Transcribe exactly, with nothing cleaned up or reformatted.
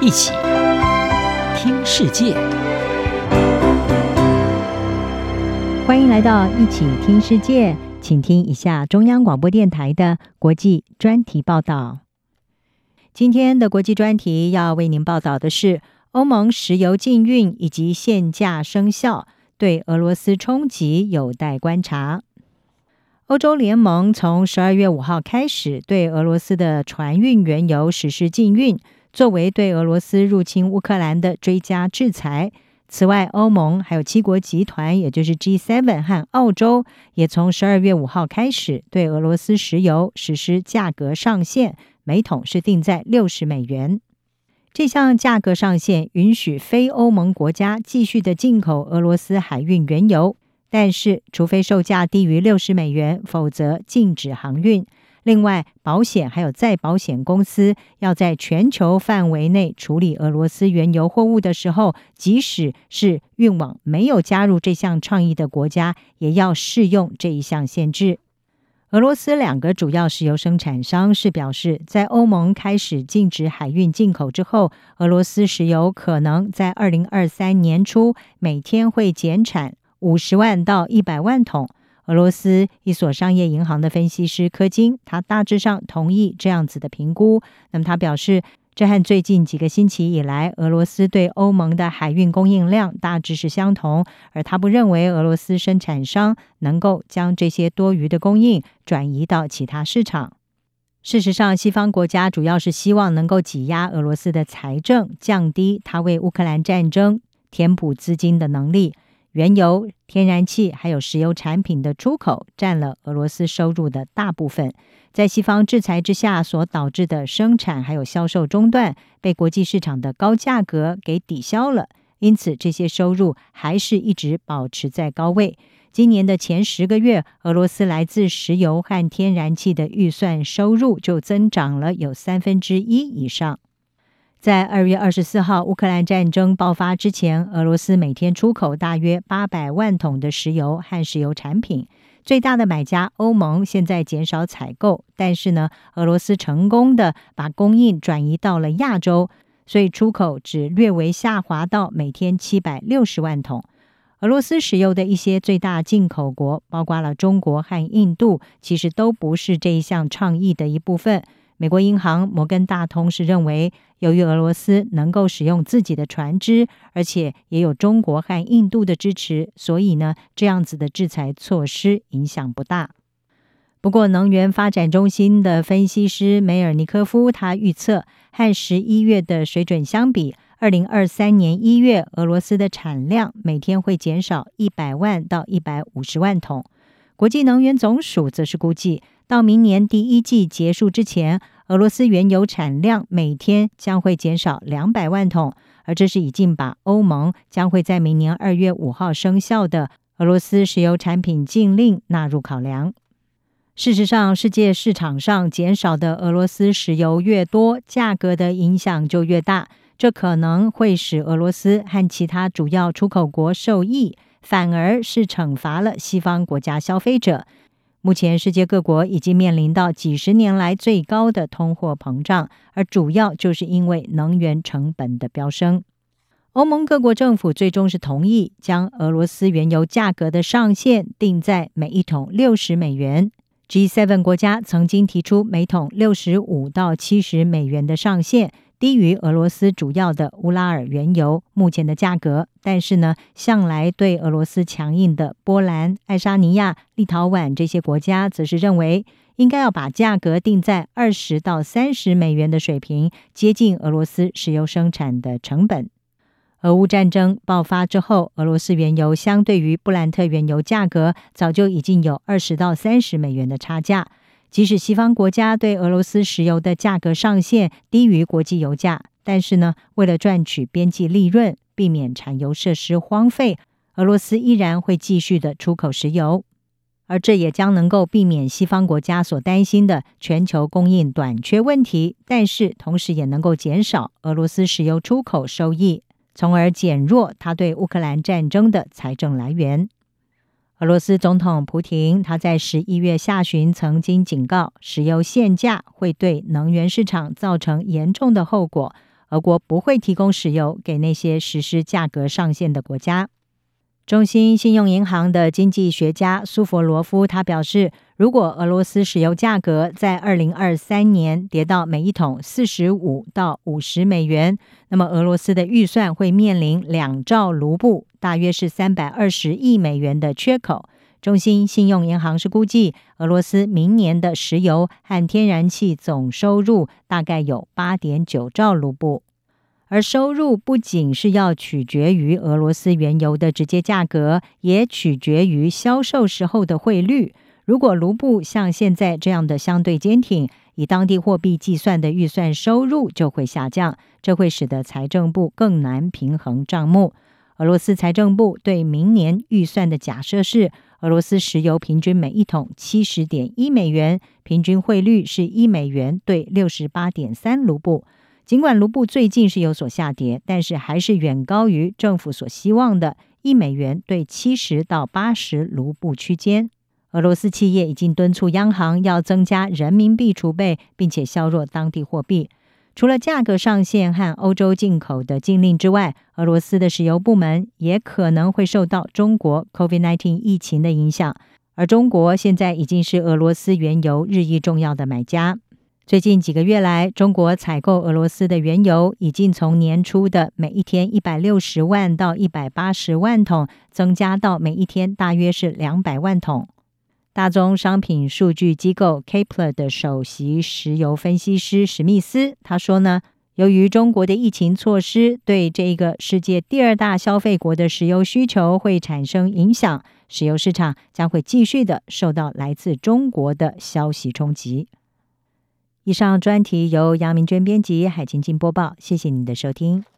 一起听世界。 欢迎来到一起听世界，请听一下中央广播电台的国际专题报道。今天的国际专题要为您报道的是，欧盟石油禁运以及限价生效，对俄罗斯冲击有待观察。欧洲联盟从十二月五号开始对俄罗斯的船运原油实施禁运，作为对俄罗斯入侵乌克兰的追加制裁。此外，欧盟还有七国集团，也就是 G 七 和澳洲，也从十二月五号开始对俄罗斯石油实施价格上限，每桶是定在六十美元。这项价格上限允许非欧盟国家继续的进口俄罗斯海运原油，但是除非售价低于六十美元，否则禁止航运。另外，保险还有再保险公司要在全球范围内处理俄罗斯原油货物的时候，即使是运往没有加入这项倡议的国家，也要适用这一项限制。俄罗斯两个主要石油生产商是表示，在欧盟开始禁止海运进口之后，俄罗斯石油可能在二零二三年初每天会减产五十万到一百万桶。俄罗斯一所商业银行的分析师柯金，他大致上同意这样子的评估。那么他表示，这和最近几个星期以来俄罗斯对欧盟的海运供应量大致是相同，而他不认为俄罗斯生产商能够将这些多余的供应转移到其他市场。事实上，西方国家主要是希望能够挤压俄罗斯的财政，降低他为乌克兰战争填补资金的能力。原油、天然气还有石油产品的出口占了俄罗斯收入的大部分，在西方制裁之下所导致的生产还有销售中断，被国际市场的高价格给抵消了，因此这些收入还是一直保持在高位。今年的前十个月，俄罗斯来自石油和天然气的预算收入就增长了有三分之一以上。在二月二十四号乌克兰战争爆发之前，俄罗斯每天出口大约八百万桶的石油和石油产品。最大的买家欧盟现在减少采购，但是呢，俄罗斯成功的把供应转移到了亚洲，所以出口只略微下滑到每天七百六十万桶。俄罗斯石油的一些最大进口国，包括了中国和印度，其实都不是这一项倡议的一部分。美国银行摩根大通是认为，由于俄罗斯能够使用自己的船只，而且也有中国和印度的支持，所以呢，这样子的制裁措施影响不大。不过，能源发展中心的分析师梅尔尼科夫他预测，和十一月的水准相比，二零二三年一月俄罗斯的产量每天会减少一百万到一百五十万桶。国际能源总署则是估计，到明年第一季结束之前，俄罗斯原油产量每天将会减少两百万桶，而这是已经把欧盟将会在明年二月五号生效的俄罗斯石油产品禁令纳入考量。事实上，世界市场上减少的俄罗斯石油越多，价格的影响就越大，这可能会使俄罗斯和其他主要出口国受益，反而是惩罚了西方国家消费者。目前世界各国已经面临到几十年来最高的通货膨胀，而主要就是因为能源成本的飙升。欧盟各国政府最终是同意将俄罗斯原油价格的上限定在每一桶六十美元。G 七 国家曾经提出每桶六十五到七十美元的上限，低于俄罗斯主要的乌拉尔原油目前的价格，但是呢，向来对俄罗斯强硬的波兰、爱沙尼亚、立陶宛这些国家，则是认为应该要把价格定在二十到三十美元的水平，接近俄罗斯石油生产的成本。俄乌战争爆发之后，俄罗斯原油相对于布兰特原油价格早就已经有二十到三十美元的差价。即使西方国家对俄罗斯石油的价格上限低于国际油价，但是呢，为了赚取边际利润，避免产油设施荒废，俄罗斯依然会继续的出口石油，而这也将能够避免西方国家所担心的全球供应短缺问题，但是同时也能够减少俄罗斯石油出口收益，从而减弱它对乌克兰战争的财政来源。俄罗斯总统普亭他在十一月下旬曾经警告，石油限价会对能源市场造成严重的后果， 俄国不会提供石油给那些实施价格上限的国家。中兴信用银行的经济学家苏弗罗夫他表示，如果俄罗斯石油价格在二零二三年跌到每一桶四十五到五十美元，那么俄罗斯的预算会面临两兆卢布，大约是三百二十亿美元的缺口。中兴信用银行是估计俄罗斯明年的石油和天然气总收入大概有 八点九兆卢布。而收入不仅是要取决于俄罗斯原油的直接价格，也取决于销售时候的汇率。如果卢布像现在这样的相对坚挺，以当地货币计算的预算收入就会下降，这会使得财政部更难平衡账目。俄罗斯财政部对明年预算的假设是，俄罗斯石油平均每一桶 七十点一美元，平均汇率是一美元对 六十八点三卢布。尽管卢布最近是有所下跌，但是还是远高于政府所希望的一美元对七十到八十卢布区间。俄罗斯企业已经敦促央行要增加人民币储备，并且削弱当地货币。除了价格上限和欧洲进口的禁令之外，俄罗斯的石油部门也可能会受到中国 COVID 十九 疫情的影响，而中国现在已经是俄罗斯原油日益重要的买家。最近几个月来，中国采购俄罗斯的原油已经从年初的每一天一百六十万到一百八十万桶，增加到每一天大约是两百万桶。大宗商品数据机构 Kpler 的首席石油分析师史密斯他说呢，由于中国的疫情措施对这个世界第二大消费国的石油需求会产生影响，石油市场将会继续的受到来自中国的消息冲击。以上专题由杨明娟编辑，海清静播报，谢谢你的收听。